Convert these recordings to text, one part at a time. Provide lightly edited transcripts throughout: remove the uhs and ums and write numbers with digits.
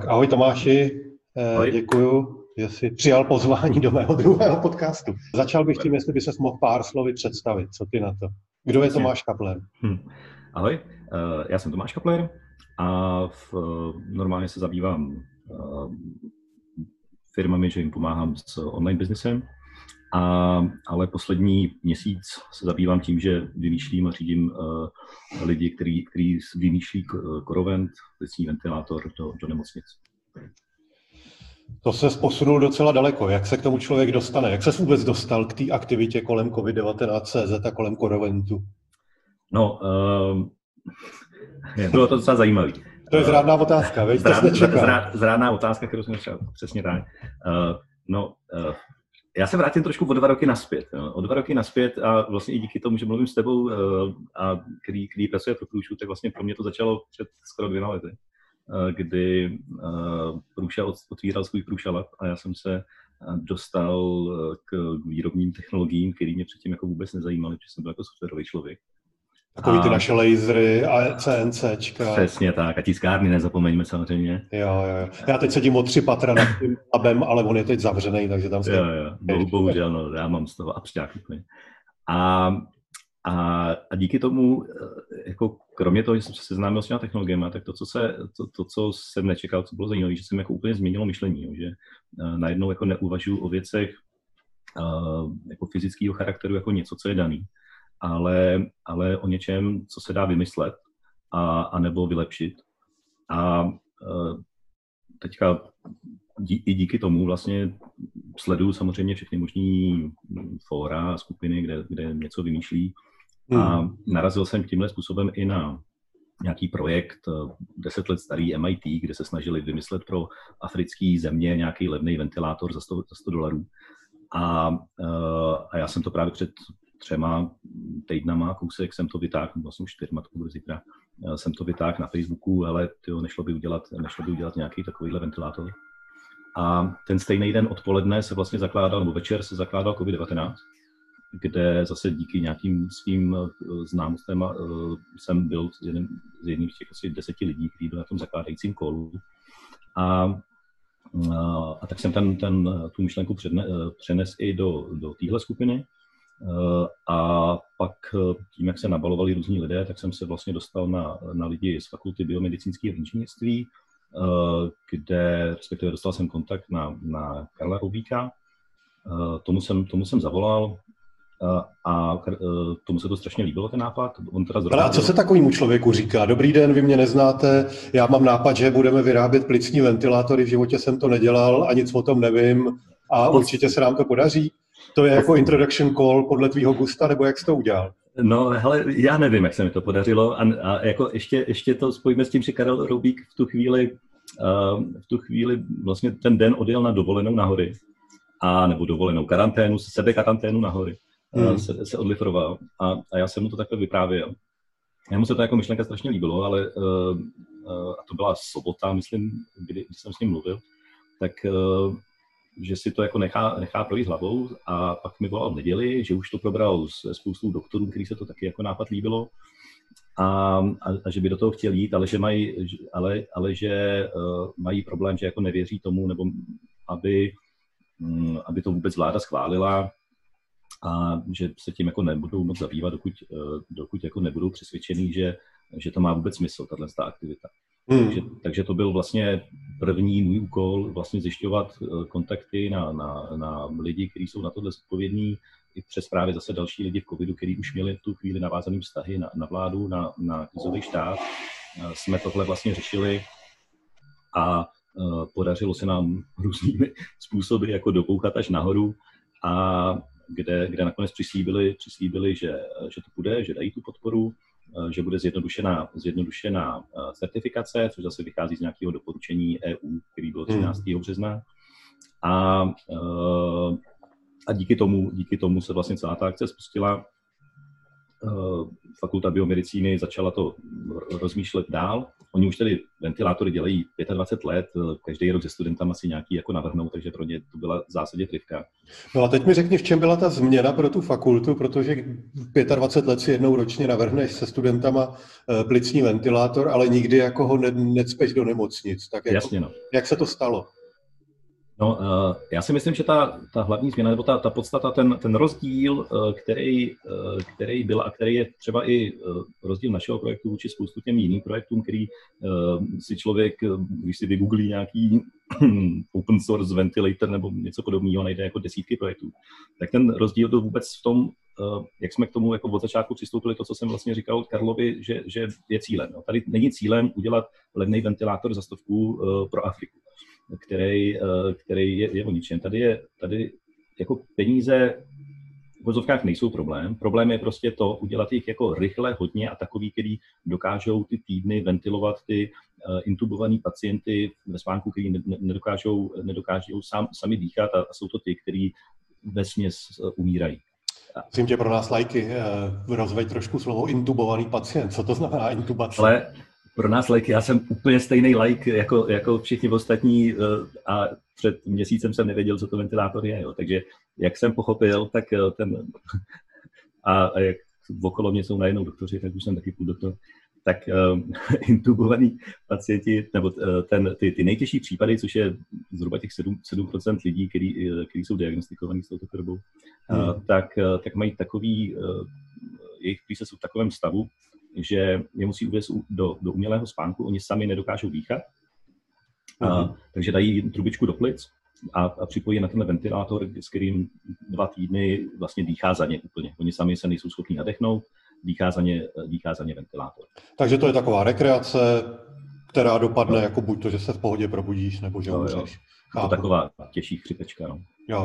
Ahoj Tomáši, Ahoj. děkuju, že jsi přijal pozvání do mého druhého podcastu. Začal bych tím, jestli by ses mohl pár slovy představit. Co ty na to? Kdo je Tomáš Kapler? Ahoj, já jsem Tomáš Kapler a normálně se zabývám firmami, že jim pomáhám s online biznesem, ale poslední měsíc se zabývám tím, že vymýšlím a řídím lidi, kteří vymýšlí korovent, plicní ventilátor do nemocnic. To se posunul docela daleko. Jak se k tomu člověk dostane? Jak se vůbec dostal k té aktivitě kolem COVID-19 CZ a kolem koroventu? No, bylo to docela zajímavé. To je zrádná otázka, veď? To jsi nečekal. Zrádná otázka, kterou jsem třeba přesně tak. Já se vrátím trošku o 2 roky naspět. O 2 roky naspět a vlastně i díky tomu, že mluvím s tebou, a který pracuje pro Průšu, tak vlastně pro mě to začalo před skoro 2 lety, kdy Průša otvíral svůj Průša Lab a já jsem se dostal k výrobním technologiím, které mě předtím jako vůbec nezajímaly, protože jsem byl jako softwarový člověk. Takový ty naše lasery a CNCčka. Přesně tak. A tiskárny nezapomeňme samozřejmě. Jo. Já teď sedím o 3 patra nad tím labem, ale on je teď zavřený, takže tam se... Jo. Bohužel, no, já mám z toho abšťák úplně. A díky tomu, jako kromě toho, že jsem se seznámil s těma technologiemi, tak to, co jsem nečekal, co bylo zajímavé, že jsem jako úplně změnilo myšlení, jo, že najednou jako neuvažuji o věcech jako fyzického charakteru jako něco, co je daný, ale o něčem, co se dá vymyslet a nebo vylepšit. A teďka i díky tomu vlastně sleduju samozřejmě všechny možný fóra, skupiny, kde něco vymýšlí. A narazil jsem tímhle způsobem i na nějaký projekt 10 let starý MIT, kde se snažili vymyslet pro africké země nějaký levný ventilátor za $100. A já jsem to právě před 3 týdnama, kousek jsem to vytáhl, vlastně 4, to bude zítra, jsem to vytáhl na Facebooku, ale nešlo by udělat nějaký takovýhle ventilátor. A ten stejný den odpoledne se vlastně zakládal, nebo večer se zakládal COVID-19, kde zase díky nějakým svým známostem jsem byl z jedním z těch asi 10 lidí, kteří byli na tom zakládajícím kolu. A tak jsem tu myšlenku přenes i do téhle skupiny. A pak tím, jak se nabalovali různí lidé, tak jsem se vlastně dostal na lidi z fakulty biomedicínského inženýrství, respektive dostal jsem kontakt na Karla Roubíka. Tomu jsem zavolal a tomu se to strašně líbilo, ten nápad. Ale a co se takovému člověku říká? Dobrý den, vy mě neznáte, já mám nápad, že budeme vyrábět plicní ventilátory, v životě jsem to nedělal a nic o tom nevím a určitě se nám to podaří. To je jako introduction call podle tvýho gusta, nebo jak jsi to udělal? No, hele, já nevím, jak se mi to podařilo a jako ještě to spojíme s tím, že Karel Roubík v tu chvíli vlastně ten den odjel na dovolenou na hory, nebo dovolenou karanténu, sebekaranténu na hory. Se odlifroval a já jsem mu to takhle vyprávěl. Jemu se to jako myšlenka strašně líbilo, ale a to byla sobota, myslím, kdy jsem s ním mluvil, tak že si to jako nechá projít hlavou a pak mi volal v neděli, že už to probral se spoustou doktorů, který se to taky jako nápad líbilo a že by do toho chtěl jít, ale že mají problém, že jako nevěří tomu, nebo aby to vůbec vláda schválila a že se tím jako nebudou moc zabývat, dokud jako nebudou přesvědčený, že to má vůbec smysl, tato aktivita. Takže to byl vlastně první můj úkol, vlastně zjišťovat kontakty na lidi, kteří jsou na tohle zodpovědní, i přes právě zase další lidi v covidu, kteří už měli v tu chvíli navázaný vztahy na vládu, na krizový štáb. Jsme tohle vlastně řešili a podařilo se nám různými způsoby jako dopouchat až nahoru a kde nakonec přislíbili, že to půjde, že dají tu podporu, že bude zjednodušená certifikace, což zase vychází z nějakého doporučení EU, který bylo 13. března. A díky tomu se vlastně celá ta akce spustila. fakulta biomedicíny začala to rozmýšlet dál. Oni už tedy ventilátory dělají 25 let, každý rok se studentama si nějaký jako navrhnou, takže pro ně to byla v zásadě trivka. No a teď mi řekni, v čem byla ta změna pro tu fakultu, protože 25 let si jednou ročně navrhneš se studentama plicní ventilátor, ale nikdy jako ho necpeš do nemocnic. Tak jako, jasně, no. Jak se to stalo? No, já si myslím, že ta hlavní změna, nebo ta podstata, ten rozdíl, který byl a který je třeba i rozdíl našeho projektu vůči spoustu těm jiným projektům, který si člověk, když si vygooglí nějaký open source ventilator nebo něco podobného, najde jako desítky projektů. Tak ten rozdíl byl vůbec v tom, jak jsme k tomu jako od začátku přistoupili, to, co jsem vlastně říkal Karlovi, že je cílem. No. Tady není cílem udělat levný ventilátor za 100 pro Afriku, který je o ničem. Tady jako peníze v vozovkách nejsou problém. Problém je prostě to, udělat jich jako rychle, hodně a takový, který dokážou ty týdny ventilovat ty intubovaný pacienty ve spánku, který nedokážou sami dýchat a jsou to ty, kteří vesměs umírají. Musím tě pro nás lajky rozveď trošku slovo intubovaný pacient. Co to znamená intubace? Ale pro nás lajky, já jsem úplně stejný laik jako všichni ostatní a před měsícem jsem nevěděl, co to ventilátor je. Jo. Takže jak jsem pochopil, tak a jak okolo mě jsou najednou doktoři, tak už jsem taky půl doktor, tak intubovaní pacienti, nebo ty nejtěžší případy, což je zhruba těch 7% lidí, kteří jsou diagnostikovaní s touto chorobou, tak mají takový, jejich plíce jsou v takovém stavu, že je musí uvést do umělého spánku, oni sami nedokážou dýchat, takže dají trubičku do plic a připojí na ten ventilátor, s kterým 2 týdny vlastně dýchá za ně úplně. Oni sami se nejsou schopni nadechnout, dýchá za ně ventilátor. Takže to je taková rekreace, která dopadne jako buď to, že se v pohodě probudíš, nebo že umřeš. To taková těžší chřipečka. No. Jo.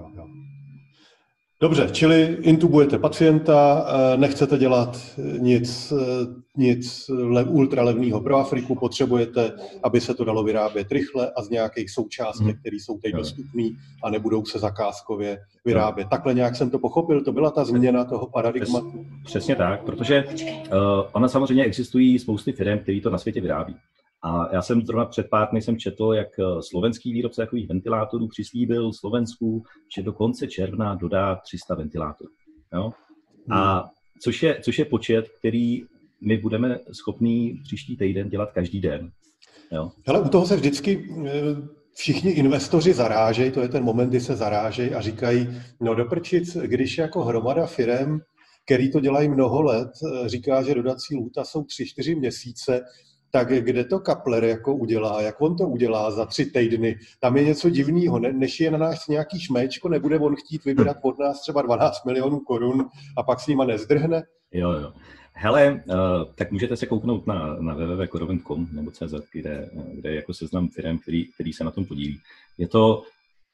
Dobře, čili intubujete pacienta, nechcete dělat nic ultralevného pro Afriku, potřebujete, aby se to dalo vyrábět rychle a z nějakých součástek, které jsou teď dostupné a nebudou se zakázkově vyrábět. Takhle nějak jsem to pochopil, to byla ta změna toho paradigmatu. Přesně tak, protože ona samozřejmě existují spousty firm, které to na světě vyrábí. A já jsem zrovna před pár dny četl, jak slovenský výrobce takových ventilátorů přislíbil Slovensku, že do konce června dodá 300 ventilátorů. Jo? A což je počet, který my budeme schopní příští týden dělat každý den. Jo? Hele, u toho se vždycky všichni investoři zarážejí, to je ten moment, kdy se zarážejí a říkají, no do prčic, když jako hromada firem, který to dělají mnoho let, říká, že dodací lhůta jsou 3-4 měsíce, tak kde to Kapler jako udělá, jak on to udělá za 3 týdny, tam je něco divného, než je na nás nějaký šméčko, nebude on chtít vybrat od nás třeba 12 milionů korun a pak s nima nezdrhne? Jo. Hele, tak můžete se kouknout na www.koroven.com nebo CZ, kde je jako seznam firem, který se na tom podílí. Je to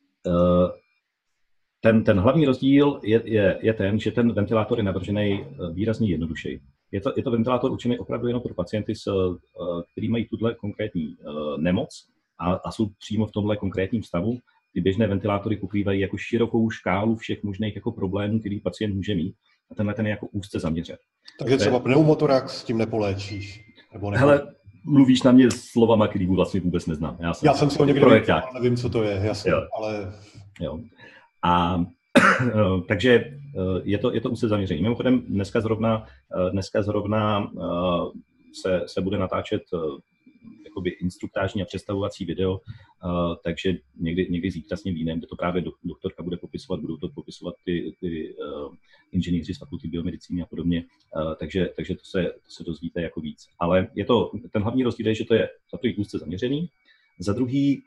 ten hlavní rozdíl je ten, že ten ventilátor je navržený výrazně jednodušeji. Je to ventilátor určený opravdu jenom pro pacienty, kteří mají tuhle konkrétní nemoc a jsou přímo v tomhle konkrétním stavu. Ty běžné ventilátory pokrývají jako širokou škálu všech možných jako problémů, který pacient může mít. A tenhle ten je jako úzce zaměřen. Takže třeba pneumotorax s tím nepoléčíš? Hele, mluvíš na mě slovama, který vlastně vůbec neznám. Já jsem si ho někde vypěl, nevím, co to je, jasně, ale... Jo. A takže je to úzce zaměření. Mimochodem, dneska zrovna se bude natáčet jakoby instruktážní a představovací video, takže někdy zítra s ním víme, kde to právě doktorka bude popisovat, budou to popisovat ty inženýři z fakulty biomedicíny a podobně, takže to se dozvíte jako víc. Ale ten hlavní rozdíl je, že to je za první úzce zaměřený, za druhý,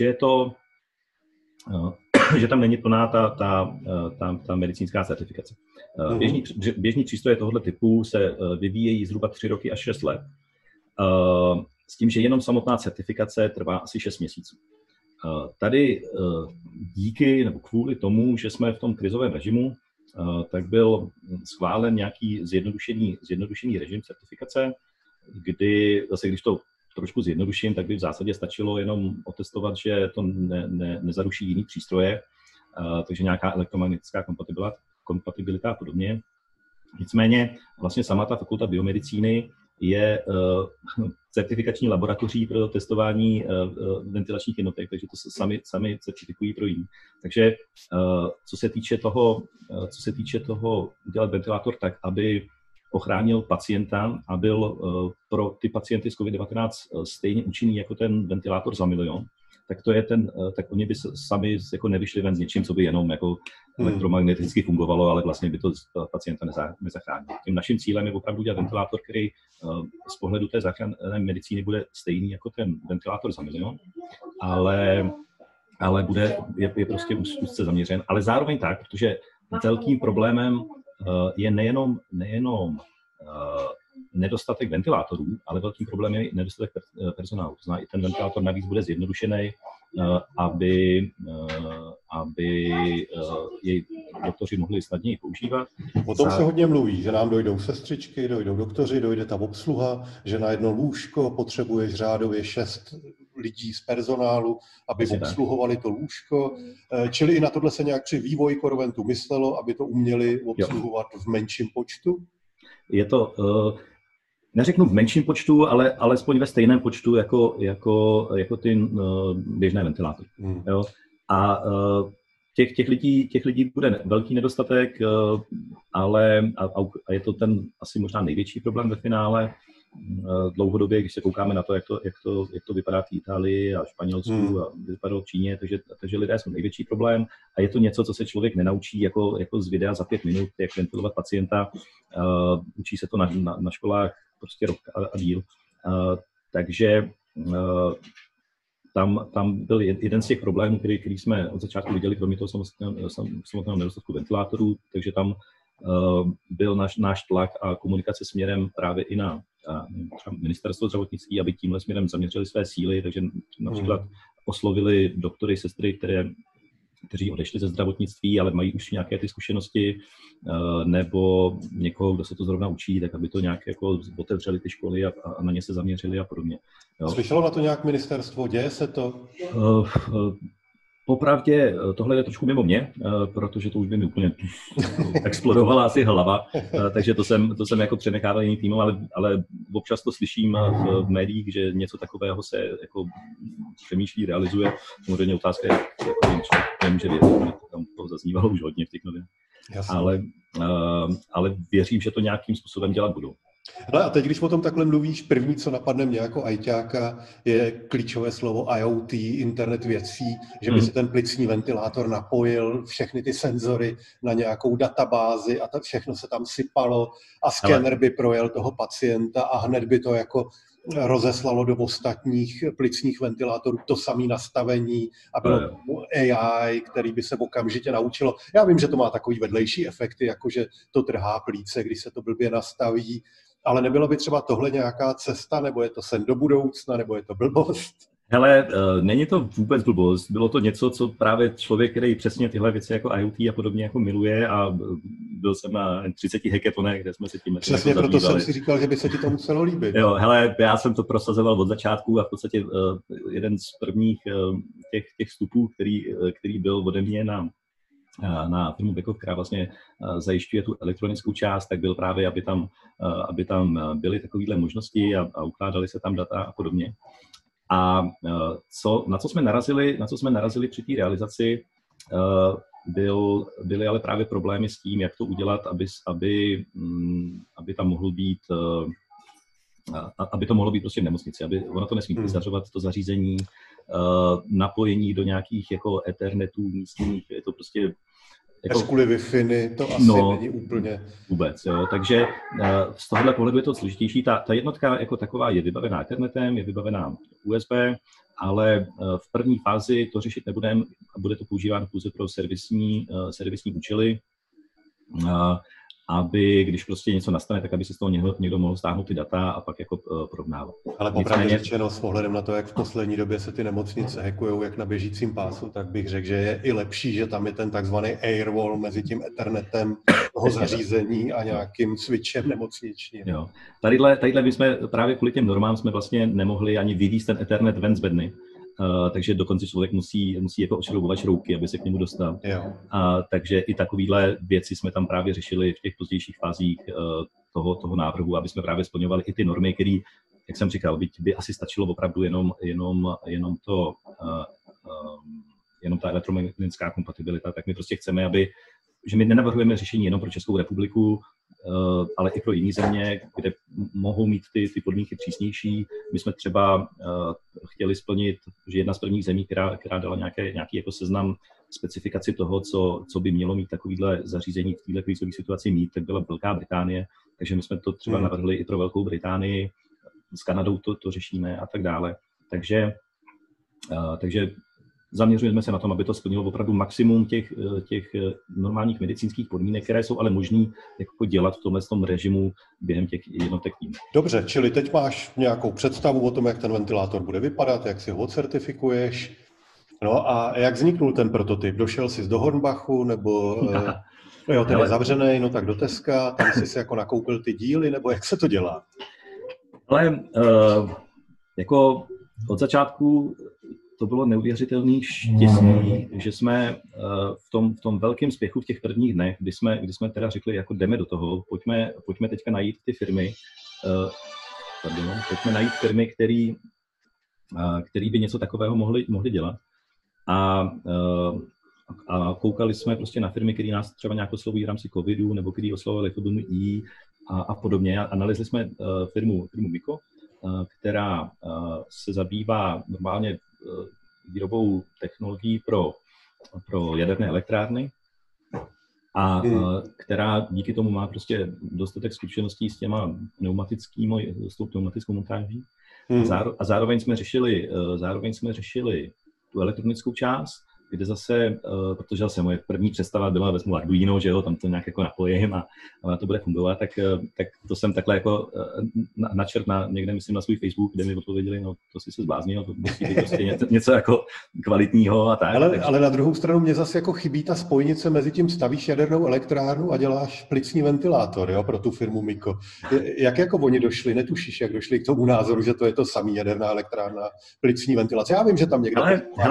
že tam není plná ta medicínská certifikace. Běžní přístroje tohoto typu se vyvíjejí zhruba 3 roky až 6 let. S tím, že jenom samotná certifikace trvá asi 6 měsíců. Tady díky nebo kvůli tomu, že jsme v tom krizovém režimu, tak byl schválen nějaký zjednodušený režim certifikace, kdy zase, když to trošku zjednoduším, tak by v zásadě stačilo jenom otestovat, že to nezaruší jiný přístroje, takže nějaká elektromagnetická kompatibilita a podobně. Nicméně vlastně sama ta fakulta biomedicíny je certifikační laboratoří pro testování ventilačních jednotek, takže to se sami certifikují pro jiný. Takže co se týče toho udělat ventilátor tak, aby ochránil pacienta a byl pro ty pacienty s COVID-19 stejně účinný jako ten ventilátor za milion, tak to je tak oni by sami jako nevyšli ven s něčím, co by jenom jako elektromagneticky fungovalo, ale vlastně by to pacienta nezachránilo. Tím naším cílem je opravdu dělat ventilátor, který z pohledu té záchranné medicíny bude stejný jako ten ventilátor za milion, ale je prostě úzce zaměřen, ale zároveň tak, protože velkým problémem je nejenom nedostatek ventilátorů, ale velkým problémem je nedostatek personálu. To znamená, i ten ventilátor navíc bude zjednodušený, aby jej doktoři mohli snadněji používat. O tom se hodně mluví, že nám dojdou sestřičky, dojdou doktoři, dojde ta obsluha, že na jedno lůžko potřebuješ řádově 6 lidí z personálu, aby obsluhovali to lůžko. Čili i na tohle se nějak při vývoji Corventu myslelo, aby to uměli obsluhovat v menším počtu? Je to, neřeknu v menším počtu, ale alespoň ve stejném počtu jako ty běžné ventilátory. Jo? A těch lidí bude velký nedostatek, ale je to ten asi možná největší problém ve finále. Dlouhodobě, když se koukáme na to, jak to vypadá v Itálii a Španělsku a vypadalo v Číně, takže lidé jsou největší problém a je to něco, co se člověk nenaučí jako z videa za 5 minut, jak ventilovat pacienta. Učí se to na školách prostě rok a díl. Takže tam byl jeden z těch problémů, který jsme od začátku viděli, kromě toho samotného nedostatku ventilátorů, takže tam byl náš tlak a komunikace směrem právě i na ministerstvo zdravotnictví, aby tímhle směrem zaměřili své síly, takže například oslovili doktory, sestry, kteří odešli ze zdravotnictví, ale mají už nějaké ty zkušenosti, nebo někoho, kdo se to zrovna učí, tak aby to nějak jako otevřeli ty školy a na ně se zaměřili a podobně. Jo. Slyšelo na to nějak ministerstvo? Děje se to? Popravdě tohle je trošku mimo mě, protože to už by mi úplně explodovala asi hlava, takže to jsem jako přenechával jiným týmům, ale občas to slyším v médiích, že něco takového se jako přemýšlí, realizuje. Samozřejmě otázka je, jako nemůže vědět, tam to zaznívalo už hodně v těch novinách. Ale věřím, že to nějakým způsobem dělat budou. Hele, a teď, když o tom takhle mluvíš, první, co napadne mě jako ajťáka, je klíčové slovo IoT, internet věcí, že by se ten plicní ventilátor napojil, všechny ty senzory na nějakou databázi a všechno se tam sypalo a skener by projel toho pacienta a hned by to jako rozeslalo do ostatních plicních ventilátorů to samé nastavení a bylo AI, který by se okamžitě naučilo. Já vím, že to má takový vedlejší efekty, jako že to trhá plíce, když se to blbě nastaví, ale nebylo by třeba tohle nějaká cesta, nebo je to sen do budoucna, nebo je to blbost? Hele, není to vůbec blbost. Bylo to něco, co právě člověk, který přesně tyhle věci jako IoT a podobně jako miluje a byl jsem na 30 hackathonech, kde jsme se tím přesně jako proto jsem si říkal, že by se ti to muselo líbit. Jo, hele, já jsem to prosazoval od začátku a v podstatě jeden z prvních těch vstupů, který byl ode mě na firmu Beckhoff, která vlastně zajišťuje tu elektronickou část, tak byl právě, aby tam byly takovéhle možnosti a ukládaly se tam data a podobně. A na co jsme narazili při té realizaci, byly ale právě problémy s tím, jak to udělat, aby tam mohlo být, aby to mohlo být prostě v nemocnici, ono to nesmí vyzařovat to zařízení, napojení do nějakých jako ethernetů místních, je to prostě jako, kvůli Wi-Fi to asi není úplně... Vůbec, jo. Takže z tohohle pohledu je to složitější. Ta jednotka jako taková je vybavená Ethernetem, je vybavená USB, ale v první fázi to řešit nebudeme a bude to používáno pouze pro servisní účely, aby, když prostě něco nastane, tak aby se z toho někdo mohl stáhnout ty data a pak jako porovnávat. Ale popravdě řečeno, s ohledem na to, jak v poslední době se ty nemocnice hackujou jak na běžícím pásu, tak bych řekl, že je i lepší, že tam je ten takzvaný airwall mezi tím ethernetem toho zařízení a nějakým switchem nemocničním. Jo. Tadyhle my jsme právě kvůli těm normám jsme vlastně nemohli ani vyvízt ten ethernet ven z bedny. takže dokonce člověk musí jako ošroubovat šroubky, aby se k němu dostal. Jo. Takže i takovýhle věci jsme tam právě řešili v těch pozdějších fázích toho návrhu, aby jsme právě splňovali i ty normy, které, jak jsem říkal, by asi stačilo opravdu jenom ta elektromagnetická kompatibilita, tak my prostě chceme, že my nenavrhujeme řešení jenom pro Českou republiku, ale i pro jiné země, kde mohou mít ty podmínky přísnější. My jsme třeba chtěli splnit, že jedna z prvních zemí, která dala nějaký jako seznam specifikaci toho, co by mělo mít takovýhle zařízení v této krizové situaci mít, tak byla Velká Británie, takže my jsme to třeba navrhli i pro Velkou Británii, s Kanadou to řešíme a tak dále. Takže zaměřujeme se na tom, aby to splnilo opravdu maximum těch normálních medicínských podmínek, které jsou ale možný jako dělat v tomhle režimu během těch jednotek týmů. Dobře, čili teď máš nějakou představu o tom, jak ten ventilátor bude vypadat, jak si ho certifikuješ. No a jak vzniknul ten prototyp? Došel jsi do Hornbachu, nebo jo, ten je zavřený, no tak do Teska, tam jsi si jako nakoupil ty díly, nebo jak se to dělá? Ale jako od začátku to bylo neuvěřitelný štěstí, že jsme v tom velkém spěchu v těch prvních dnech, kdy jsme teda řekli, jako jdeme do toho, pojďme teďka najít ty firmy, pojďme najít firmy, který by něco takového mohli dělat. A koukali jsme prostě na firmy, které nás třeba nějak oslovují v rámci covidu, nebo které oslovovaly FBMI a podobně. A nalezli jsme firmu Miko, která se zabývá normálně výrobou technologií pro jaderné elektrárny a která díky tomu má prostě dostatek zkušeností s tou pneumatickou montáží. A zároveň jsme řešili tu elektronickou část, kde zase, protože zase moje první představa byla, vezmu Arduino, že jo, tam to nějak jako napojím a to bude fungovat, tak to jsem takhle jako načrt někde, myslím, na svůj Facebook, kde mi odpověděli, no to si se zbláznil, to musí být prostě něco jako kvalitního a tak. Ale na druhou stranu mě zase jako chybí ta spojnice mezi tím stavíš jadernou elektrárnu a děláš plicní ventilátor, jo, pro tu firmu Miko. Jak jako oni došli, netušíš, jak došli k tomu názoru, že to je to samý jaderná elektrárna, plicní ventilace. Já vím, že tam někde...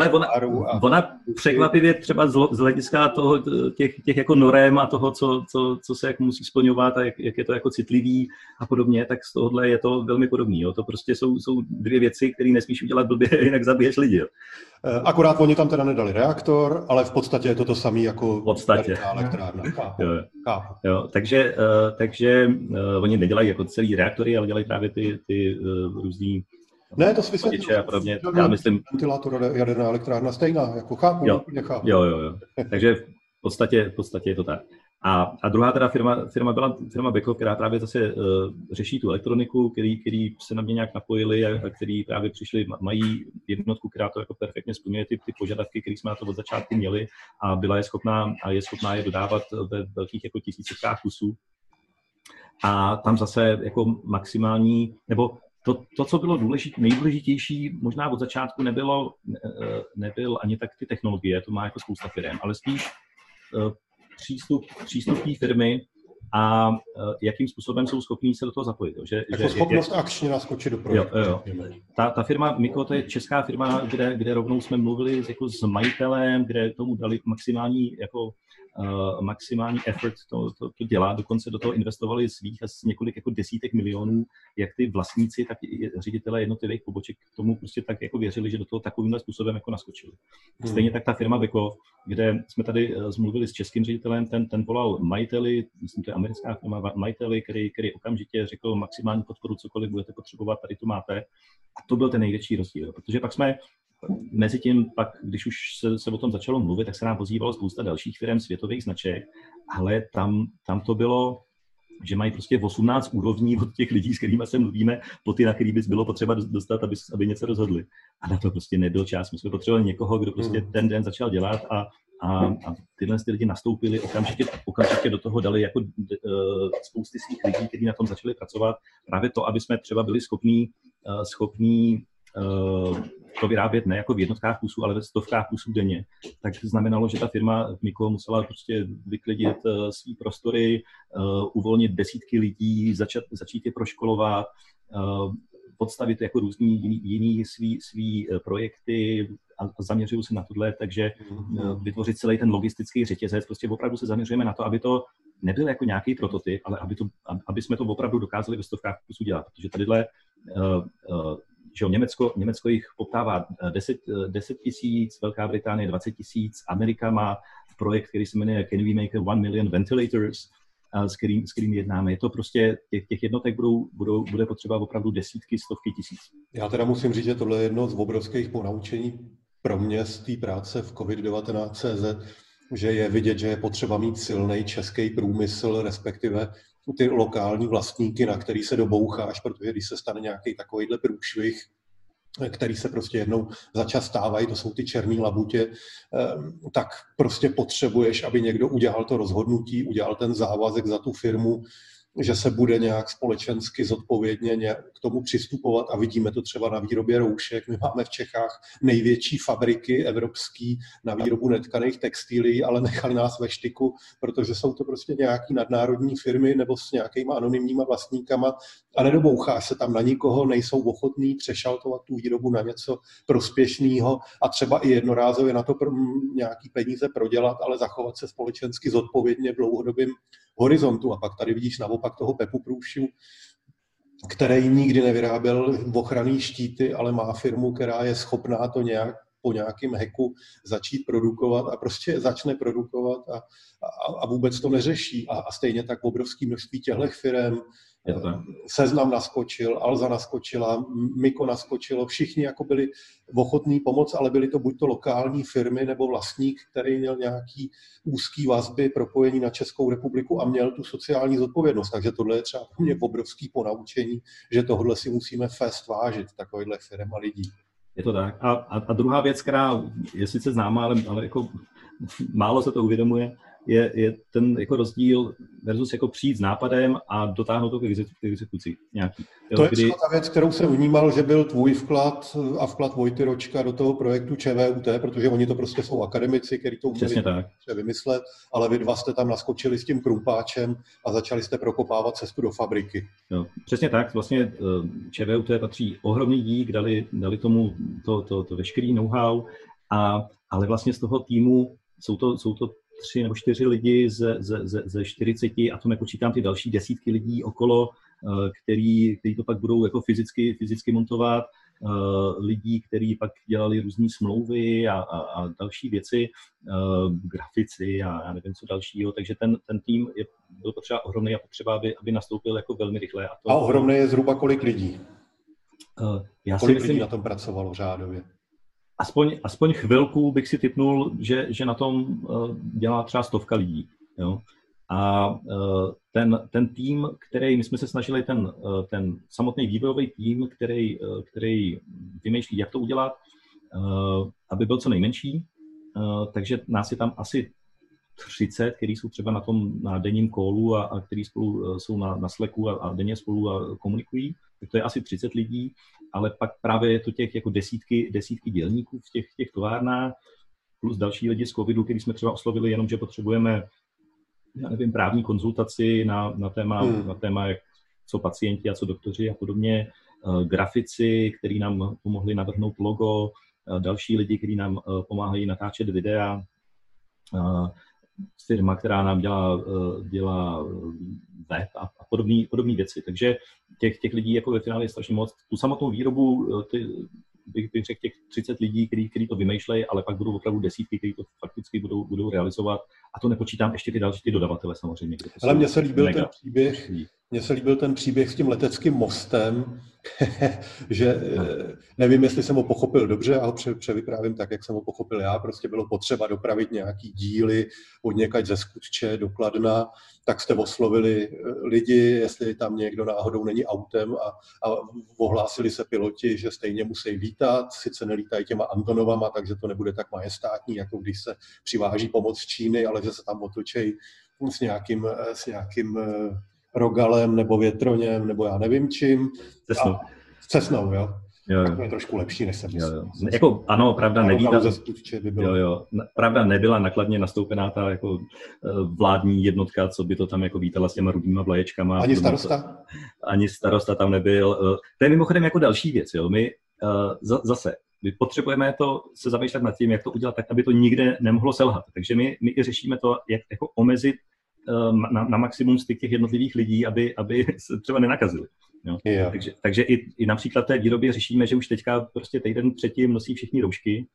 Ona překvapivě třeba z hlediska toho, těch jako norem a toho, co se jako musí splňovat a jak je to jako citlivý a podobně, tak z tohohle je to velmi podobný. Jo. To prostě jsou dvě věci, které nesmíš udělat blbě, jinak zabiješ lidi. Jo. Akorát oni tam teda nedali reaktor, ale v podstatě je to samý jako elektrárna. Jo, takže oni nedělají jako celý reaktory, ale dělají právě ty různý ne, to vysvětlím. A podobně. Já myslím... Ventilátor jaderná elektrárna stejná, jako chápu. Jo. Takže v podstatě je to tak. A druhá teda firma byla firma Beko, která právě zase řeší tu elektroniku, který se na mě nějak napojili a který právě přišli, mají jednotku, která to jako perfektně splňuje ty požadavky, které jsme na to od začátku měli a je schopná je dodávat ve velkých jako tisícovkách kusů. A tam zase jako maximální, nebo to, co bylo nejdůležitější, možná od začátku nebyl ani tak ty technologie, to má jako spousta firm, ale spíš přístup té firmy a jakým způsobem jsou schopní se do toho zapojit. Schopnost akčně naskočit do projektu. Jo. Ta firma Miko, to je česká firma, kde rovnou jsme mluvili jako s majitelem, kde tomu dali maximální effort to dělá, dokonce do toho investovali svých asi několik jako desítek milionů, jak ty vlastníci, tak i ředitelé jednotlivých poboček k tomu prostě tak jako věřili, že do toho takovýmhle způsobem jako naskočili. Stejně tak ta firma Beko, kde jsme tady zmluvili s českým ředitelem, ten volal majiteli, myslím, to je americká firma, majiteli, který okamžitě řekl maximální podporu, cokoliv budete potřebovat, tady to máte. A to byl ten největší rozdíl, protože pak jsme Mezitím pak, když už se o tom začalo mluvit, tak se nám ozývalo spousta dalších firm světových značek, ale tam to bylo, že mají prostě 18 úrovní od těch lidí, s kterými se mluvíme, po ty, na který by bylo potřeba dostat, aby něco rozhodli. A na to prostě nebyl čas. My jsme potřebovali někoho, kdo prostě ten den začal dělat a tyhle lidi nastoupili, okamžitě do toho dali jako spousty svých lidí, kteří na tom začali pracovat. Právě to, aby jsme třeba byli schopní to vyrábět ne jako v jednotkách kusů, ale ve stovkách kusů denně. Tak znamenalo, že ta firma Miko musela prostě vyklidit svý prostory, uvolnit desítky lidí, začít je proškolovat, podstavit jako různý jiný svý projekty a zaměřují se na tohle, takže vytvořit celý ten logistický řetězec. Prostě opravdu se zaměřujeme na to, aby to nebyl jako nějaký prototyp, ale aby jsme to opravdu dokázali ve stovkách kusů dělat. Protože tadyhle, že Německo jich poptává 10 tisíc, Velká Británie 20 tisíc, Amerika má projekt, který se jmenuje Can we make 1 million ventilators, s kterým jednáme. Je to prostě, těch jednotek bude potřeba opravdu desítky, stovky tisíc. Já teda musím říct, že tohle je jedno z obrovských ponaučení pro mě z té práce v COVID-19.cz, že je vidět, že je potřeba mít silný český průmysl, respektive ty lokální vlastníky, na který se doboucháš, protože když se stane nějaký takovýhle průšvih, který se prostě jednou za čas stávají, to jsou ty černý labutě, tak prostě potřebuješ, aby někdo udělal to rozhodnutí, udělal ten závazek za tu firmu, že se bude nějak společensky zodpovědně k tomu přistupovat a vidíme to třeba na výrobě roušek. My máme v Čechách největší fabriky evropský na výrobu netkaných textilií, ale nechali nás ve štyku, protože jsou to prostě nějaký nadnárodní firmy nebo s nějakýma anonymníma vlastníkama a nedoboucháš se tam na nikoho, nejsou ochotní přešaltovat tu výrobu na něco prospěšného a třeba i jednorázově na to nějaký peníze prodělat, ale zachovat se společensky zodpovědně v dlouhodobém horizontu. A pak tady vidíš naopak toho Pepu Průšu, který nikdy nevyráběl ochranný štíty, ale má firmu, která je schopná to nějak po nějakém hacku začít produkovat a prostě začne produkovat a vůbec to neřeší. A stejně tak obrovské množství těchto firem, Seznam naskočil, Alza naskočila, Miko naskočilo, všichni jako byli ochotní pomoct, ale byly to buď to lokální firmy nebo vlastník, který měl nějaký úzký vazby, propojení na Českou republiku a měl tu sociální zodpovědnost. Takže tohle je třeba pro mě obrovský ponaučení, že tohle si musíme fest vážit, takovýhle firm a lidí. Je to tak. A druhá věc, která je sice známá, ale jako málo se to uvědomuje, je ten jako rozdíl versus jako přijít s nápadem a dotáhnout to k exekuci nějaký. To je třeba ta věc, kterou jsem vnímal, že byl tvůj vklad a vklad Vojty Ročka do toho projektu ČVUT, protože oni to prostě jsou akademici, kteří to uměli vymyslet, ale vy dva jste tam naskočili s tím krumpáčem a začali jste prokopávat cestu do fabriky. No, přesně tak. Vlastně ČVUT patří ohromný dík, dali tomu to veškerý know-how, ale vlastně z toho týmu jsou to 3 nebo 4 lidi ze 40 a to nepočítám ty další desítky lidí okolo, který to pak budou jako fyzicky montovat, lidí, kteří pak dělali různé smlouvy a další věci, grafici a já nevím co dalšího, takže ten tým byl potřeba ohromný a potřeba, aby nastoupil jako velmi rychle. A ohromný je zhruba kolik lidí? Kolik lidí na tom pracovalo řádově? Aspoň chvilku bych si tipnul, že na tom dělá třeba 100 lidí. Jo? A ten tým, my jsme se snažili ten samotný vývojový tým, který vymýšlí, jak to udělat, aby byl co nejmenší. Takže nás je tam asi 30, kteří jsou třeba na denním callu a kteří spolu jsou na Slacku a denně spolu komunikují. Tak to je asi 30 lidí, ale pak právě je to těch jako desítky dělníků v těch továrnách, plus další lidi z covidu, který jsme třeba oslovili jenom, že potřebujeme, já nevím, právní konzultaci na téma jak co pacienti a co doktoři a podobně, grafici, kteří nám pomohli navrhnout logo, další lidi, kteří nám pomáhají natáčet videa, firma, která nám dělá web a podobné věci. Takže těch lidí jako ve finále je strašně moc. Tu samotnou výrobu bych řekl těch 30 lidí, kteří to vymýšlejí, ale pak budou opravdu desítky, kteří to fakticky budou realizovat. A to nepočítám ještě ty další dodavatele samozřejmě. Ale mně se líbil ten příběh s tím leteckým mostem, že nevím, jestli jsem ho pochopil dobře, a ho převyprávím tak, jak jsem ho pochopil já. Prostě bylo potřeba dopravit nějaký díly od někať ze Skutče do Kladna, tak jste oslovili lidi, jestli tam někdo náhodou není autem a ohlásili se piloti, že stejně musí lítat, sice nelítají těma Antonovama, takže to nebude tak majestátní, jako když se přiváží pomoc z Číny, ale že se tam otočejí s nějakým Rogalem nebo Větroněm nebo já nevím čím. Cessnou. Cessnou, jo. To je trošku lepší, než jsem myslel. Jako, ano, pravda, pravda nebyla nakladně nastoupená ta jako vládní jednotka, co by to tam jako vítala s těma rudýma vlaječkama. Ani starosta? Ani starosta tam nebyl. To je mimochodem jako další věc. Jo. My my potřebujeme to se zamýšlet nad tím, jak to udělat tak, aby to nikde nemohlo selhat. Takže my i řešíme to, jak jako omezit na maximum styk těch jednotlivých lidí, aby se třeba nenakazili. Jo? Yeah. Takže i například té výrobě řešíme, že už teďka prostě týden předtím nosí všichni roušky,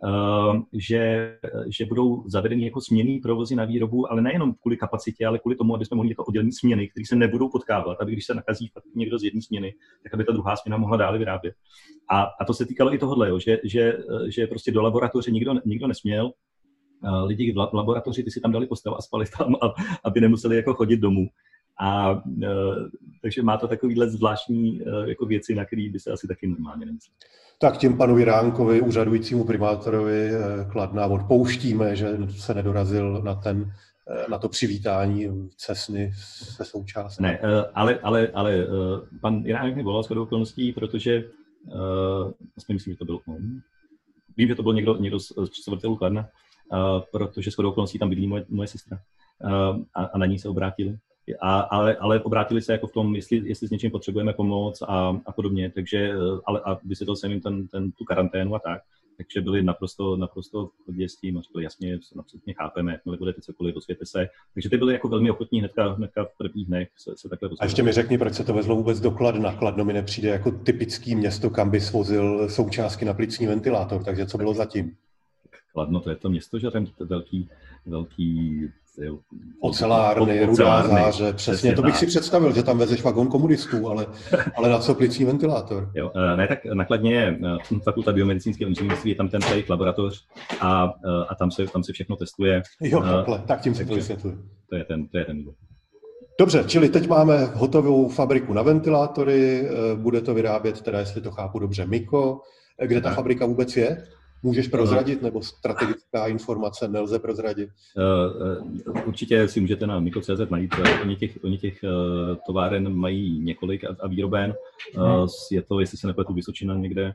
že budou zavedeny jako směnný provozy na výrobu, ale nejenom kvůli kapacitě, ale kvůli tomu, aby jsme mohli jako oddělení směny, které se nebudou potkávat, aby když se nakazí někdo z jedné směny, tak aby ta druhá směna mohla dále vyrábět. A to se týkalo i tohohle, že prostě do laboratoře nikdo nesměl. Lidi v laboratoři, ty si tam dali postel a spali tam, aby nemuseli jako chodit domů. Takže má to takovýhle zvláštní jako věci, na který by se asi taky normálně nemyslel. Tak tím panu Jiránkovi, úřadujícímu primátorovi Kladna, odpouštíme, že se nedorazil na to přivítání Cessny se součástí. Ne, ale pan Jiránek mi volal shodou okolností, protože aspoň myslím, že to byl on. Vím, že to byl někdo z představitelů Kladna, protože shodou okolností tam bydlí moje sestra a na ní se obrátili. Ale obrátili se jako v tom, jestli s něčím potřebujeme pomoc a podobně, takže, a vysvětlil jsem jim tu karanténu a tak, takže byli naprosto v chodě s tím a řekli, jasně, absolutně chápeme, jakmile budete cokoliv, dozvěte se. Takže ty byli jako velmi ochotní hnedka v prvních dnech se takhle dozvědět. A ještě mi řekni, proč se to vezlo vůbec do Kladna. Kladno mi nepřijde jako typický město, kam by svozil součástky na plicní ventilátor, takže co bylo zatím? Kladno, to je to město, že tam velký ocelárny, Rudá záře, přesně. To bych si představil, že tam vezeš vagon komunistů, ale na co plicní ventilátor? Jo, ne, tak nakladně je fakulta biomedicínského inženýrství, je tam ten celý laboratoř a tam se všechno testuje. Jo, takhle, tak tím se to vysvětluje. To je ten důvod. Dobře, čili teď máme hotovou fabriku na ventilátory, bude to vyrábět, teda jestli to chápu dobře, Mikko. Kde ta fabrika vůbec je? Můžeš prozradit, nebo strategická informace nelze prozradit? Určitě si můžete na mikro.cz najít. Oni těch továren mají několik a výroben. Je to, jestli se nepletu, Vysočina někde.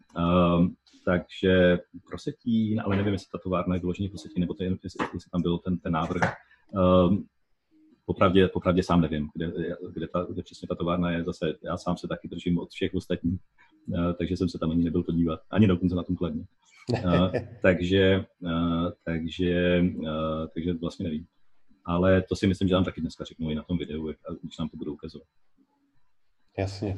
Takže Prosetín, ale nevím, jestli ta továrna je vyloženě Prosetín, nebo jestli tam byl ten návrh. Popravdě sám nevím, kde přesně ta továrna je. Zase já sám se taky držím od všech ostatních, takže jsem se tam ani nebyl podívat, ani dokonce na tom Kladně. Takže vlastně nevím. Ale to si myslím, že nám taky dneska řeknou i na tom videu, když nám to budou ukazovat. Jasně.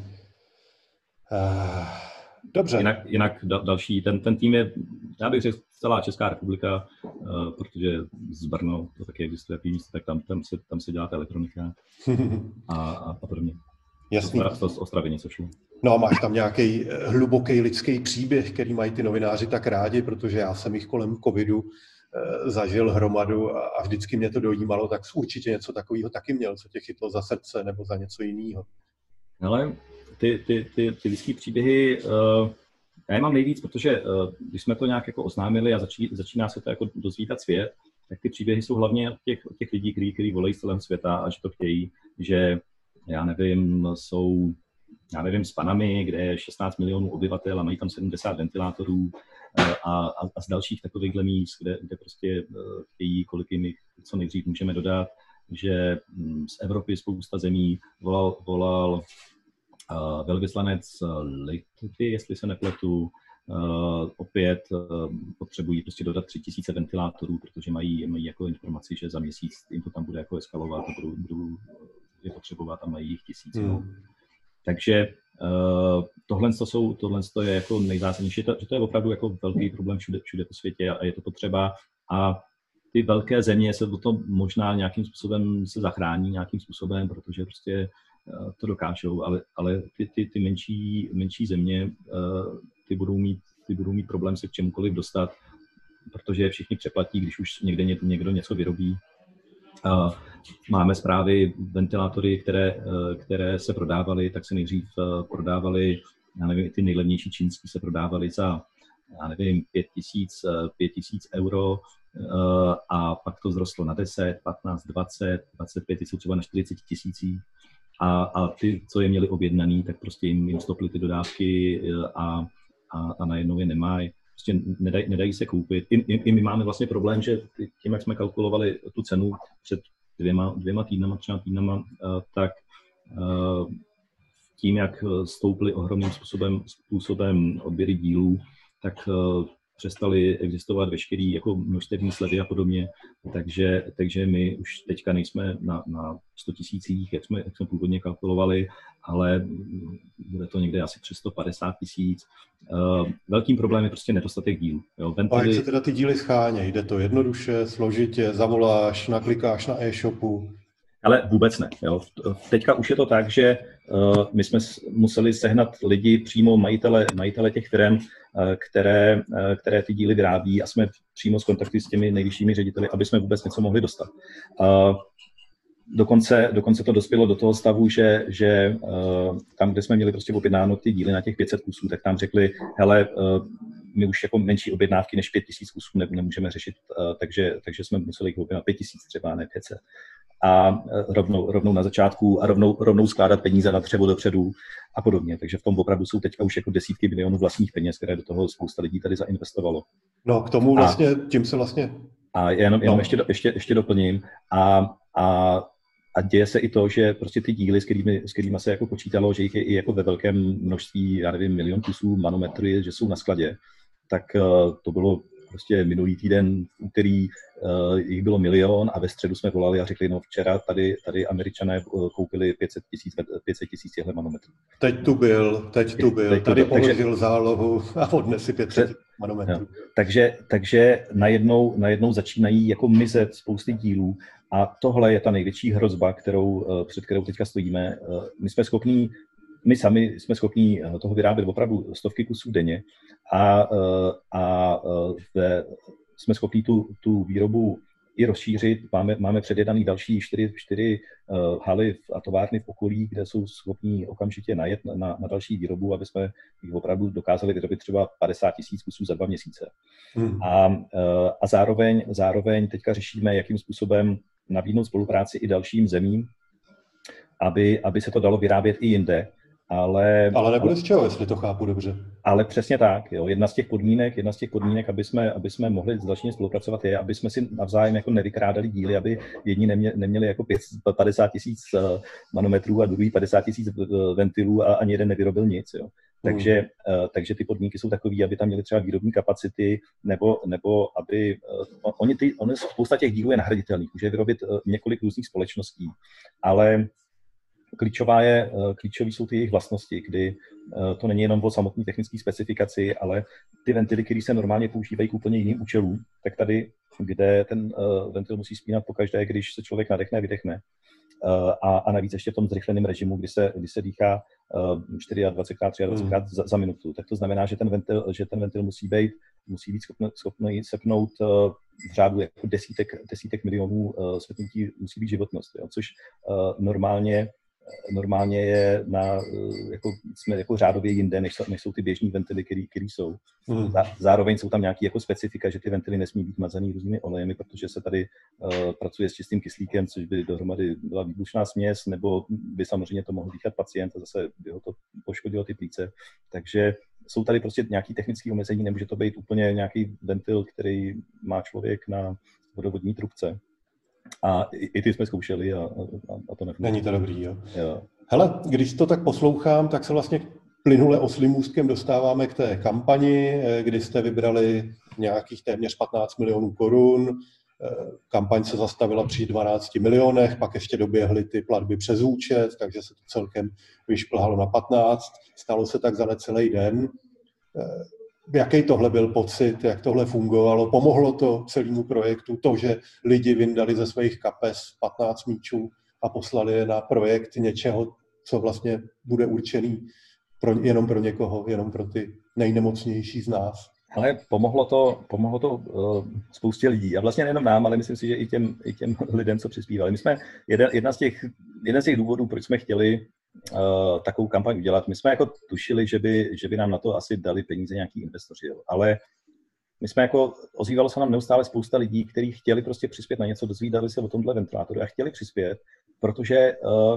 Dobře. Jinak další, ten tým je, já bych řekl, celá Česká republika, protože z Brno, to taky existuje místo, tak tam se dělá ta elektronika a podobně. Jasný. Z Ostravy něco šlo. No a máš tam nějaký hluboký lidský příběh, který mají ty novináři tak rádi, protože já jsem jich kolem covidu zažil hromadu a vždycky mě to dojímalo, tak určitě něco takového taky měl, co tě chytlo za srdce nebo za něco jiného. Ale ty lidský příběhy, já je mám nejvíc, protože když jsme to nějak jako oznámili a začíná se to jako dozvídat svět, tak ty příběhy jsou hlavně od těch lidí, kteří volají z celého světa a že to chtějí, že já nevím, jsou s Panamy, kde je 16 milionů obyvatel a mají tam 70 ventilátorů a z dalších takovýchhle míst, kde prostě chtějí, kolik jim jich co nejdřív můžeme dodat, že z Evropy spousta zemí volal velvyslanec Litvy, jestli se nepletu, opět potřebují prostě dodat 3000 ventilátorů, protože mají jako informaci, že za měsíc jim to tam bude jako eskalovat a budou je potřebovat a mají jich 1000. Takže tohle je jako nejzásadnější, že to je opravdu jako velký problém všude po světě a je to potřeba a ty velké země se o to možná nějakým způsobem se zachrání nějakým způsobem, protože prostě to dokážou, ale ty menší země ty budou mít problém se k čemukoliv dostat, protože je všichni přeplatí, když už někdo něco vyrobí. Máme zprávy, ventilátory, které se prodávaly, tak se nejdřív prodávaly, já nevím, ty nejlevnější čínský se prodávaly za, já nevím, 5000 euro a pak to vzrostlo na 10, 15, 20, 25 jsou třeba na 40 000 a ty, co je měli objednaný, tak prostě jim stoply ty dodávky a najednou je nemají. Prostě nedají se koupit. I my máme vlastně problém, že tím, jak jsme kalkulovali tu cenu před dvěma týdnama, 3 týdnama, tak tím, jak stouply ohromným způsobem odběry dílů, tak přestaly existovat veškerý jako množstevní slevy a podobně, takže my už teďka nejsme na 100 000, jak jsme původně kalkulovali, ale bude to někde asi přes 150 000. Velkým problémem je prostě nedostatek dílů. A jak se teda ty díly schánějí? Jde to jednoduše, složitě, zavoláš, naklikáš na e-shopu? Ale vůbec ne. Jo. Teďka už je to tak, že my jsme museli sehnat lidi, přímo majitele těch firm, které ty díly vyrábí, a jsme přímo s kontakty s těmi nejvyššími řediteli, aby jsme vůbec něco mohli dostat. Dokonce to dospělo do toho stavu, že tam, kde jsme měli prostě objednáno ty díly na těch 500 kusů, tak tam řekli, hele, my už jako menší objednávky než 5000 kusů nemůžeme řešit, takže jsme museli jich objednat 5000 třeba, ne 500. A rovnou na začátku a rovnou skládat peníze na dřevo dopředu a podobně. Takže v tom opravdu jsou teďka už jako desítky milionů vlastních peněz, které do toho spousta lidí tady zainvestovalo. No, k tomu vlastně, tím se vlastně... A jenom ještě doplním. A děje se i to, že prostě ty díly, s kterými se jako počítalo, že jich je i jako ve velkém množství, já nevím, 1 000 000 kusů manometry, že jsou na skladě, tak to bylo prostě minulý týden, v úterý jich bylo 1 000 000 a ve středu jsme volali a řekli, no včera tady Američané koupili 500 000 těchto manometrů. Teď tu byl, tady položil zálohu a odnes si 500 manometrů. No, takže najednou začínají jako mizet spousty dílů a tohle je ta největší hrozba, před kterou teďka stojíme. My sami jsme schopni toho vyrábět opravdu stovky kusů denně a jsme schopni tu výrobu i rozšířit. Máme předjednaný další 4 haly a továrny v okolí, kde jsou schopni okamžitě najet na další výrobu, aby jsme jich opravdu dokázali vyrobit třeba 50 000 kusů za 2 měsíce. A zároveň teďka řešíme, jakým způsobem nabídnout spolupráci i dalším zemím, aby se to dalo vyrábět i jinde. Ale nebude z čeho, jestli to chápu dobře. Ale přesně tak. Jo. Jedna z těch podmínek, aby jsme mohli s dalšími spolupracovat, je, aby jsme si navzájem jako nevykrádali díly, aby jedni neměli jako 50 000 manometrů a druhý 50 000 ventilů a ani jeden nevyrobil nic. Jo. Takže ty podmínky jsou takové, aby tam měli třeba výrobní kapacity, nebo aby spousta těch dílů je nahraditelných. Může vyrobit několik různých společností, ale klíčové jsou ty jejich vlastnosti, kdy to není jenom o samotné technické specifikaci, ale ty ventily, které se normálně používají k úplně jiným účelům, tak tady, kde ten ventil musí spínat pokaždé, když se člověk nadechne, vydechne. A navíc ještě v tom zrychleném režimu, kdy se dýchá 24x23x za minutu. Tak to znamená, že ten ventil musí být schopný sepnout v řádu jako desítek milionů sepnutí, musí být životnost, jo, což normálně je jsme jako řádově jinde, než jsou ty běžní ventily, které jsou. Zároveň jsou tam nějaké jako specifika, že ty ventily nesmí být mazaný různými olejemi, protože se tady pracuje s čistým kyslíkem, což by dohromady byla výbušná směs, nebo by samozřejmě to mohl dýchat pacient a zase by ho to poškodilo ty plíce. Takže jsou tady prostě nějaké technické omezení, nemůže to být úplně nějaký ventil, který má člověk na vodovodní trubce. A i ty jsme zkoušeli a to nefunguje. Není to dobrý, jo? Hele, když to tak poslouchám, tak se vlastně plynule oslím můstkem dostáváme k té kampani, kdy jste vybrali nějakých téměř 15 milionů korun. Kampaň se zastavila při 12 milionech, pak ještě doběhly ty platby přes účet, takže se to celkem vyšplhalo na 15. Stalo se tak za necelý den. Jaký tohle byl pocit, jak tohle fungovalo? Pomohlo to celému projektu, to, že lidi vyndali ze svých kapes 15 míčů a poslali je na projekt něčeho, co vlastně bude určený jenom pro někoho, jenom pro ty nejnemocnější z nás? Ale pomohlo to spoustě lidí. A vlastně nejenom nám, ale myslím si, že i těm lidem, co přispívali. My jsme jeden z těch důvodů, proč jsme chtěli takovou kampaň udělat. My jsme jako tušili, že by nám na to asi dali peníze nějaký investoři, ale my jsme jako, ozývalo se nám neustále spousta lidí, kteří chtěli prostě přispět na něco, dozvídali se o tomhle ventilátoru a chtěli přispět, protože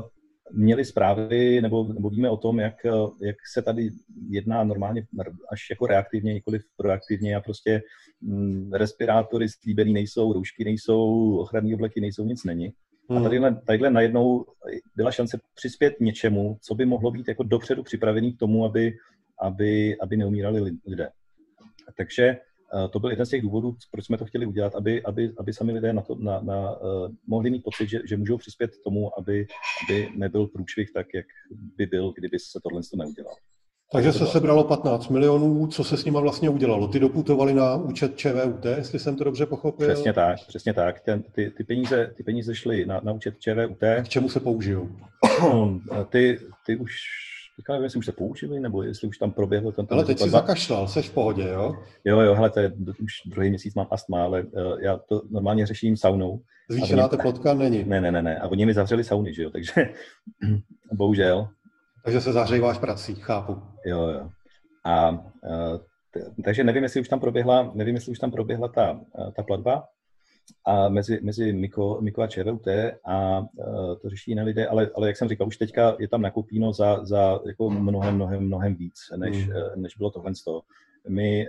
měli zprávy, nebo víme o tom, jak se tady jedná normálně až jako reaktivně, nikoliv proaktivně a prostě respirátory slíbený nejsou, roušky nejsou, ochranné obleky nejsou, nic není. A tadyhle najednou byla šance přispět něčemu, co by mohlo být jako dopředu připravený k tomu, aby neumírali lidé. Takže to byl jeden z těch důvodů, proč jsme to chtěli udělat, aby sami lidé mohli mít pocit, že můžou přispět k tomu, aby nebyl průšvih tak, jak by byl, kdyby se tohle neudělalo. Takže se sebralo 15 milionů, co se s nima vlastně udělalo? Ty doputovali na účet ČVUT, jestli jsem to dobře pochopil? Přesně tak. Ty peníze šly na účet ČVUT. A k čemu se použijou? Ty už, nevím, jestli už se použili, nebo jestli už tam proběhlo ten... Ale teď si zakašlal, seš v pohodě, jo? Jo, hele, to je už druhý měsíc mám astma, ale já to normálně řeším saunou. Zvýšená teplotka není? Ne. A oni mi zavřeli sauny, že jo, takže bohužel. Takže se zahříváš prací, chápu. Jo. Takže nevím, jestli už tam proběhla ta platba a mezi Miko a ČVUT a to řeší jiné lidé, ale jak jsem říkal, už teďka je tam nakoupíno za jako mnohem víc, než bylo tohle z toho. My